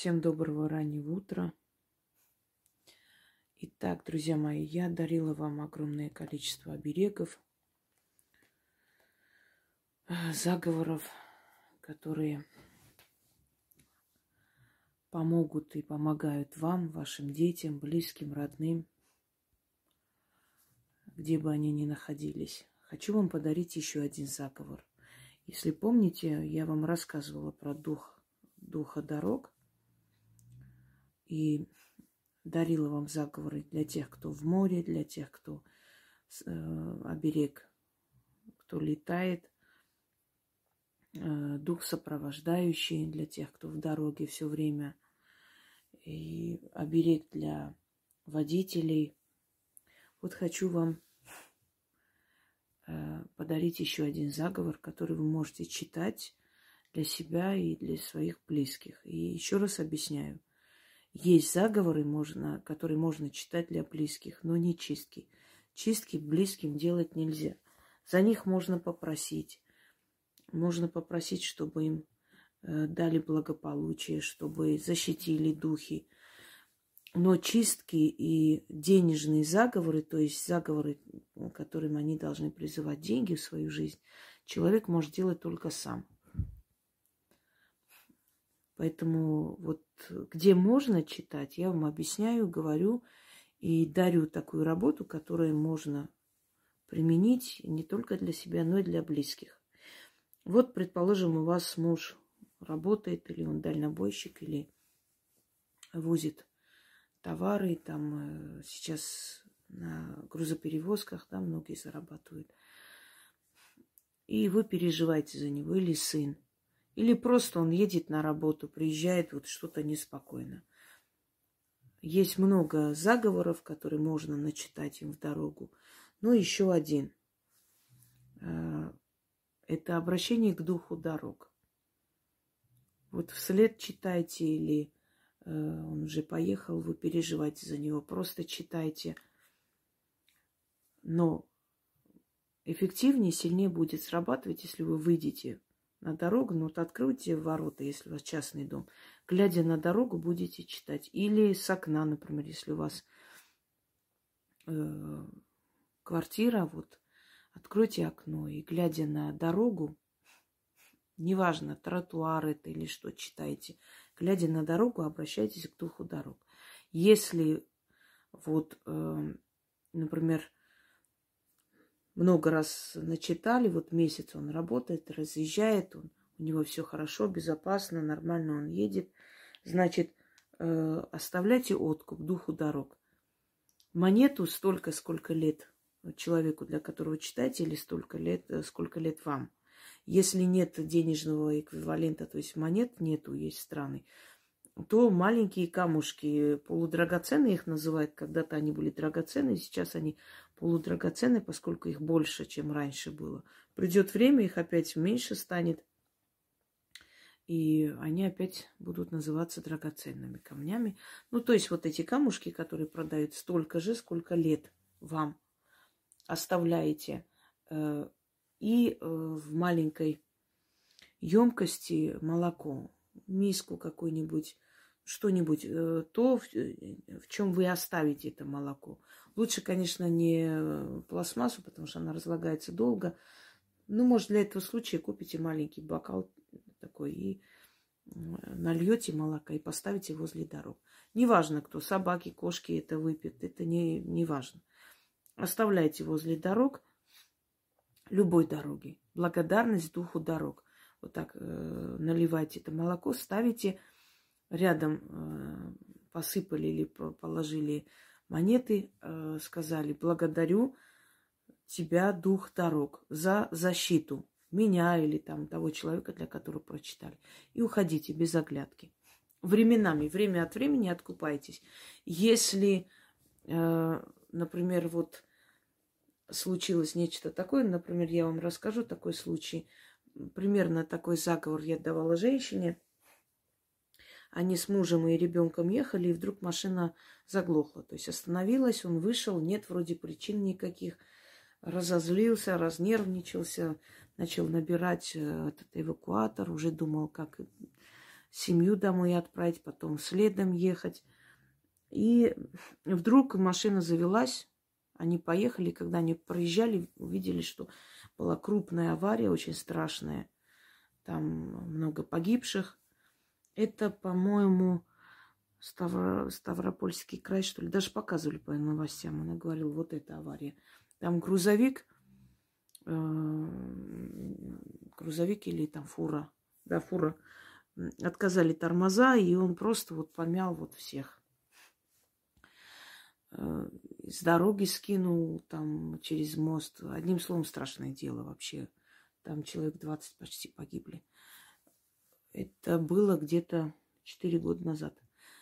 Всем доброго раннего утра. Итак, друзья мои, я дарила вам огромное количество оберегов, заговоров, которые помогут и помогают вам, вашим детям, близким, родным, где бы они ни находились. Хочу вам подарить еще один заговор. Если помните, я вам рассказывала про духа дорог и дарила вам заговоры для тех, кто в море, для тех, кто оберег, кто летает, дух сопровождающий для тех, кто в дороге все время, и оберег для водителей. Вот хочу вам подарить еще один заговор, который вы можете читать для себя и для своих близких. И еще раз объясняю. Есть заговоры, которые можно читать для близких, но не чистки. Чистки близким делать нельзя. За них можно попросить. Можно попросить, чтобы им дали благополучие, чтобы защитили духи. Но чистки и денежные заговоры, то есть заговоры, которым они должны призывать деньги в свою жизнь, человек может делать только сам. Поэтому вот где можно читать, я вам объясняю, говорю и дарю такую работу, которую можно применить не только для себя, но и для близких. Вот, предположим, у вас муж работает, или он дальнобойщик, или возит товары, там сейчас на грузоперевозках, там многие зарабатывают. И вы переживаете за него, или сын. Или просто он едет на работу, приезжает, вот что-то неспокойно. Есть много заговоров, которые можно начитать им в дорогу. Но еще один. Это обращение к духу дорог. Вот вслед читайте, или он уже поехал, вы переживаете за него. Просто читайте. Но эффективнее, сильнее будет срабатывать, если вы выйдете на дорогу, но вот откройте ворота, если у вас частный дом. Глядя на дорогу, будете читать. Или с окна, например, если у вас квартира, вот откройте окно и, глядя на дорогу, неважно, тротуар это или что, читайте. Глядя на дорогу, обращайтесь к духу дорог. Если вот, например, много раз начитали, вот месяц он работает, разъезжает, у него все хорошо, безопасно, нормально он едет. Значит, оставляйте откуп духу дорог. Монету столько, сколько лет человеку, для которого читаете, или столько лет, сколько лет вам. Если нет денежного эквивалента, то есть монет нету, есть страны, то маленькие камушки, полудрагоценные их называют. Когда-то они были драгоценные, сейчас они полудрагоценные, поскольку их больше, чем раньше было. Придет время, их опять меньше станет, и они опять будут называться драгоценными камнями. Ну, то есть вот эти камушки, которые продают, столько же, сколько лет вам оставляете. И в маленькой емкости молоко, миску какую-нибудь, что-нибудь, то, в чем вы оставите это молоко. Лучше, конечно, не пластмассу, потому что она разлагается долго. Ну, может, для этого случая купите маленький бокал такой и нальете молока и поставите возле дорог. Неважно, кто, собаки, кошки это выпьют, это не важно. Оставляйте возле дорог, любой дороги. Благодарность духу дорог. Вот так наливайте это молоко, ставите рядом, посыпали или положили монеты, сказали: благодарю тебя, дух дорог, за защиту меня или там того человека, для которого прочитали. И уходите без оглядки. Временами, время от времени откупайтесь. Если, например, вот случилось нечто такое, например, я вам расскажу такой случай. Примерно такой заговор я давала женщине. Они с мужем и ребенком ехали, и вдруг машина заглохла. То есть остановилась, он вышел, нет вроде причин никаких. Разозлился, разнервничался, начал набирать этот эвакуатор, уже думал, как семью домой отправить, потом следом ехать. И вдруг машина завелась, они поехали, когда они проезжали, увидели, что была крупная авария, очень страшная. Там много погибших. Это, по-моему, Ставропольский край, что ли. Даже показывали по новостям. Она говорила, вот эта авария. Там грузовик или там фура. Да, фура. Отказали тормоза, и он просто вот помял вот всех. С дороги скинул там через мост. Одним словом, страшное дело вообще. Там человек 20 почти погибли. Это было где-то 4 года назад.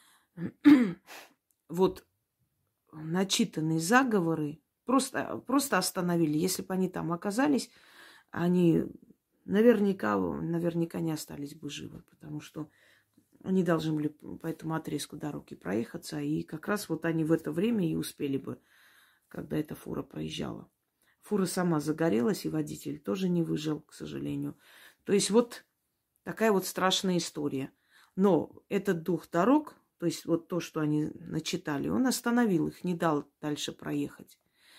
Вот начитанные заговоры просто остановили. Если бы они там оказались, они наверняка не остались бы живы, потому что они должны были по этому отрезку дороги проехаться, и как раз вот они в это время и успели бы, когда эта фура проезжала. Фура сама загорелась, и водитель тоже не выжил, к сожалению. То есть вот такая вот страшная история. Но этот дух дорог, то есть вот то, что они начитали, он остановил их, не дал дальше проехать.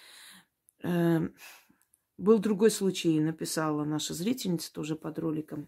Был другой случай, написала наша зрительница тоже под роликом,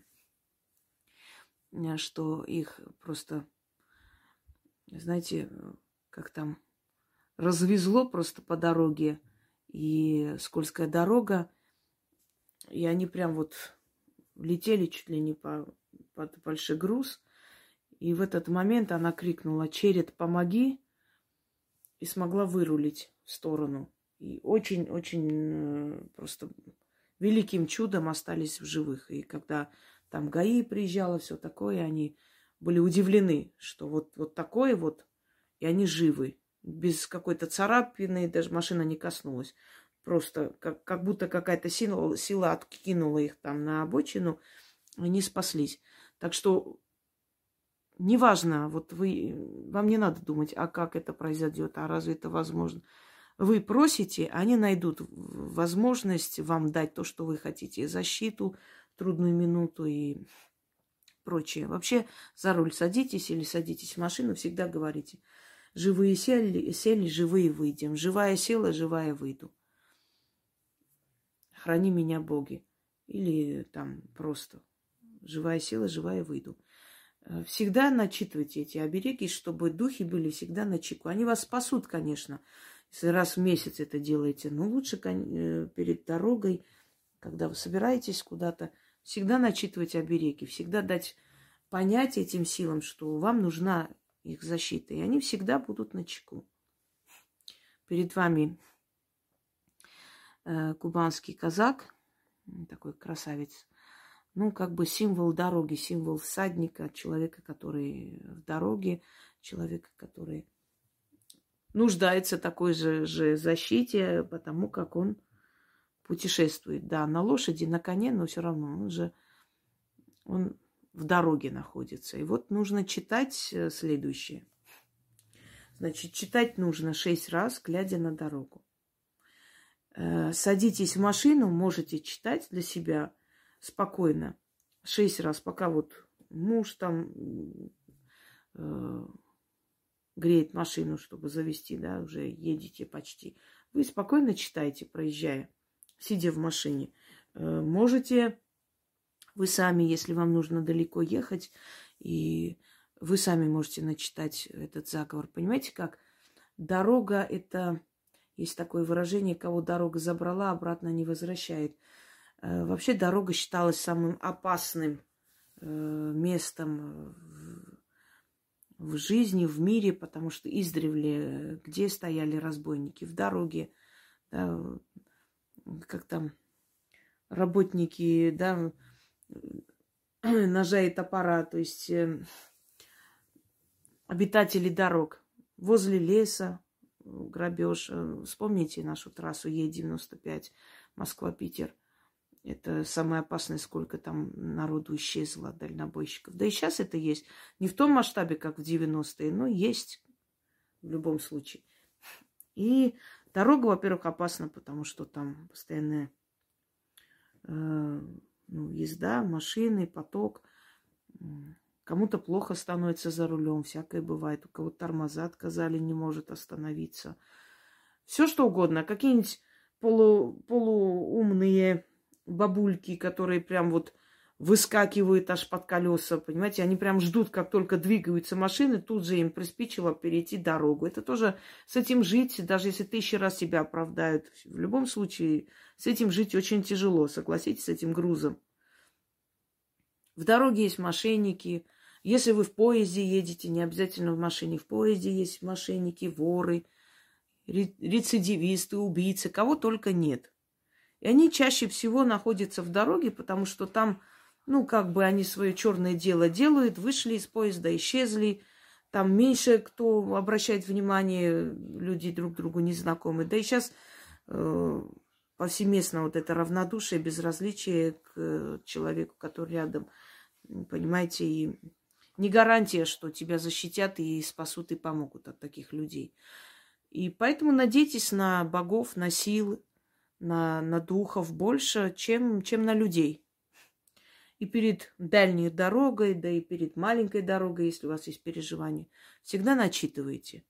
что их просто, знаете, как там, развезло просто по дороге, и скользкая дорога, и они прям вот летели чуть ли не под большой груз. И в этот момент она крикнула: «Черед, помоги!» и смогла вырулить в сторону. И очень-очень просто великим чудом остались в живых. И когда там ГАИ приезжало, все такое, они были удивлены, что вот такое вот, и они живы. Без какой-то царапины, даже машина не коснулась. Просто как будто какая-то сила откинула их там на обочину, и они спаслись. Так что неважно, вот вам не надо думать, а как это произойдет, а разве это возможно. Вы просите, они найдут возможность вам дать то, что вы хотите. Защиту, трудную минуту и прочее. Вообще за руль садитесь или садитесь в машину, всегда говорите: живые сели, живые выйдем. Живая села, живая выйду. Храни меня, Боги. Или там просто живая сила, живая выйду. Всегда начитывайте эти обереги, чтобы духи были всегда начеку. Они вас спасут, конечно, если раз в месяц это делаете. Но лучше перед дорогой, когда вы собираетесь куда-то, всегда начитывать обереги. Всегда дать понять этим силам, что вам нужна их защита. И они всегда будут начеку. Перед вами кубанский казак, такой красавец. Ну, как бы символ дороги, символ всадника, человека, который в дороге, человека, который нуждается в такой же защите, потому как он путешествует. Да, на лошади, на коне, но все равно он в дороге находится. И вот нужно читать следующее. Значит, читать нужно 6 раз, глядя на дорогу. Садитесь в машину, можете читать для себя спокойно 6 раз, пока вот муж там греет машину, чтобы завести, да, уже едете почти. Вы спокойно читаете, проезжая, сидя в машине. Можете вы сами, если вам нужно далеко ехать, и вы сами можете начитать этот заговор. Понимаете как? Дорога – это, есть такое выражение, кого дорога забрала, обратно не возвращает. Вообще дорога считалась самым опасным местом в жизни, в мире, потому что издревле где стояли разбойники? В дороге, да, как там работники, да, ножа и топора, то есть обитатели дорог. Возле леса грабеж. Вспомните нашу трассу Е-95 Москва-Питер. Это самое опасное, сколько там народу исчезло, дальнобойщиков. Да и сейчас это есть. Не в том масштабе, как в 90-е, но есть в любом случае. И дорога, во-первых, опасна, потому что там постоянная езда, машины, поток. Кому-то плохо становится за рулем, всякое бывает. У кого-то тормоза отказали, не может остановиться. Все что угодно. Какие-нибудь полуумные бабульки, которые прям вот выскакивают аж под колеса, понимаете, они прям ждут, как только двигаются машины, тут же им приспичило перейти дорогу. Это тоже с этим жить, даже если 1000 раз себя оправдают, в любом случае с этим жить очень тяжело, согласитесь, с этим грузом. В дороге есть мошенники. Если вы в поезде едете, не обязательно в машине, в поезде есть мошенники, воры, рецидивисты, убийцы, кого только нет. И они чаще всего находятся в дороге, потому что там, ну, как бы они свое черное дело делают, вышли из поезда, исчезли. Там меньше кто обращает внимание, люди друг другу незнакомые. Да и сейчас повсеместно вот это равнодушие, безразличие к человеку, который рядом, понимаете, и не гарантия, что тебя защитят и спасут и помогут от таких людей. И поэтому надейтесь на богов, на силы, на духов больше, чем на людей. И перед дальней дорогой, да и перед маленькой дорогой, если у вас есть переживания, всегда начитывайте.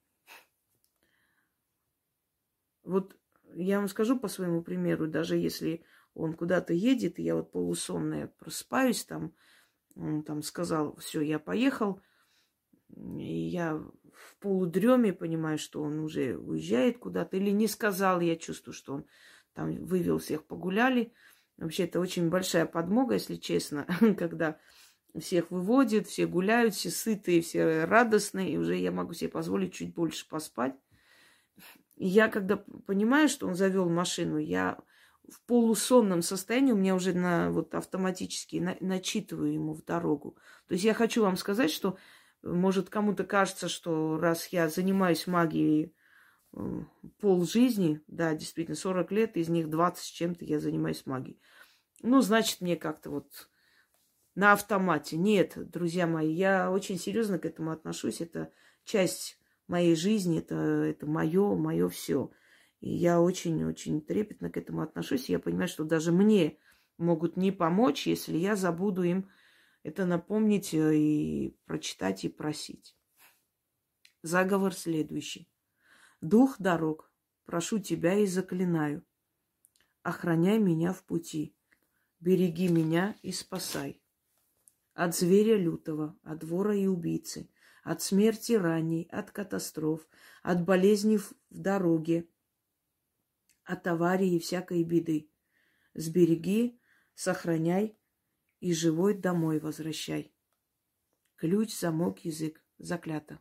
Вот я вам скажу по своему примеру, даже если он куда-то едет, и я вот полусонная просыпаюсь, там, он там сказал, все, я поехал, и я в полудреме понимаю, что он уже уезжает куда-то, или не сказал, я чувствую, что он там вывел всех, погуляли. Вообще, это очень большая подмога, если честно, когда всех выводят, все гуляют, все сытые, все радостные, и уже я могу себе позволить чуть больше поспать. И я, когда понимаю, что он завел машину, я в полусонном состоянии, у меня уже вот автоматически начитываю ему в дорогу. То есть я хочу вам сказать, что, может, кому-то кажется, что раз я занимаюсь магией полжизни, да, действительно, 40 лет, из них 20 с чем-то я занимаюсь магией. Ну, значит, мне как-то вот на автомате. Нет, друзья мои, я очень серьезно к этому отношусь. Это часть моей жизни, это мое все. И я очень-очень трепетно к этому отношусь. И я понимаю, что даже мне могут не помочь, если я забуду им это напомнить и прочитать, и просить. Заговор следующий. Дух дорог, прошу тебя и заклинаю. Охраняй меня в пути. Береги меня и спасай. От зверя лютого, от вора и убийцы, от смерти ранней, от катастроф, от болезней в дороге, от аварии и всякой беды. Сбереги, сохраняй и живой домой возвращай. Ключ, замок, язык. Заклято.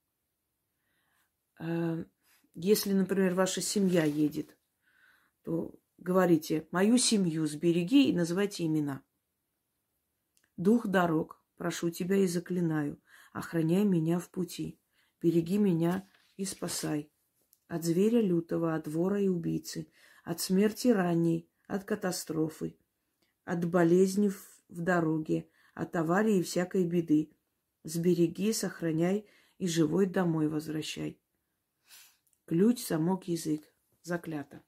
Если, например, ваша семья едет, то говорите: мою семью сбереги, и называйте имена. Дух дорог, прошу тебя и заклинаю, охраняй меня в пути, береги меня и спасай. От зверя лютого, от вора и убийцы, от смерти ранней, от катастрофы, от болезни в дороге, от аварии и всякой беды. Сбереги, сохраняй и живой домой возвращай. Ключ, замок, язык. Заклято.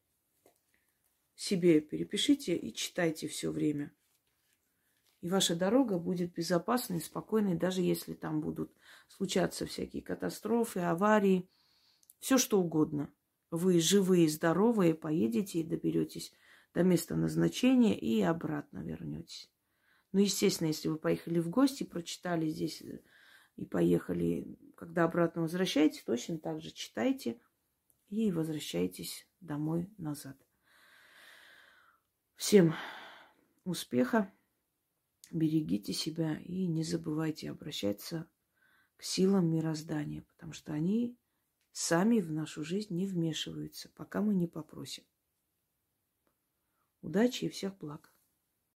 Себе перепишите и читайте все время. И ваша дорога будет безопасной, спокойной, даже если там будут случаться всякие катастрофы, аварии, все что угодно. Вы живые, здоровые, поедете и доберетесь до места назначения и обратно вернетесь. Ну, естественно, если вы поехали в гости, прочитали здесь и поехали, когда обратно возвращаетесь, точно так же читайте и возвращайтесь домой назад. Всем успеха, берегите себя и не забывайте обращаться к силам мироздания, потому что они сами в нашу жизнь не вмешиваются, пока мы не попросим. Удачи и всех благ!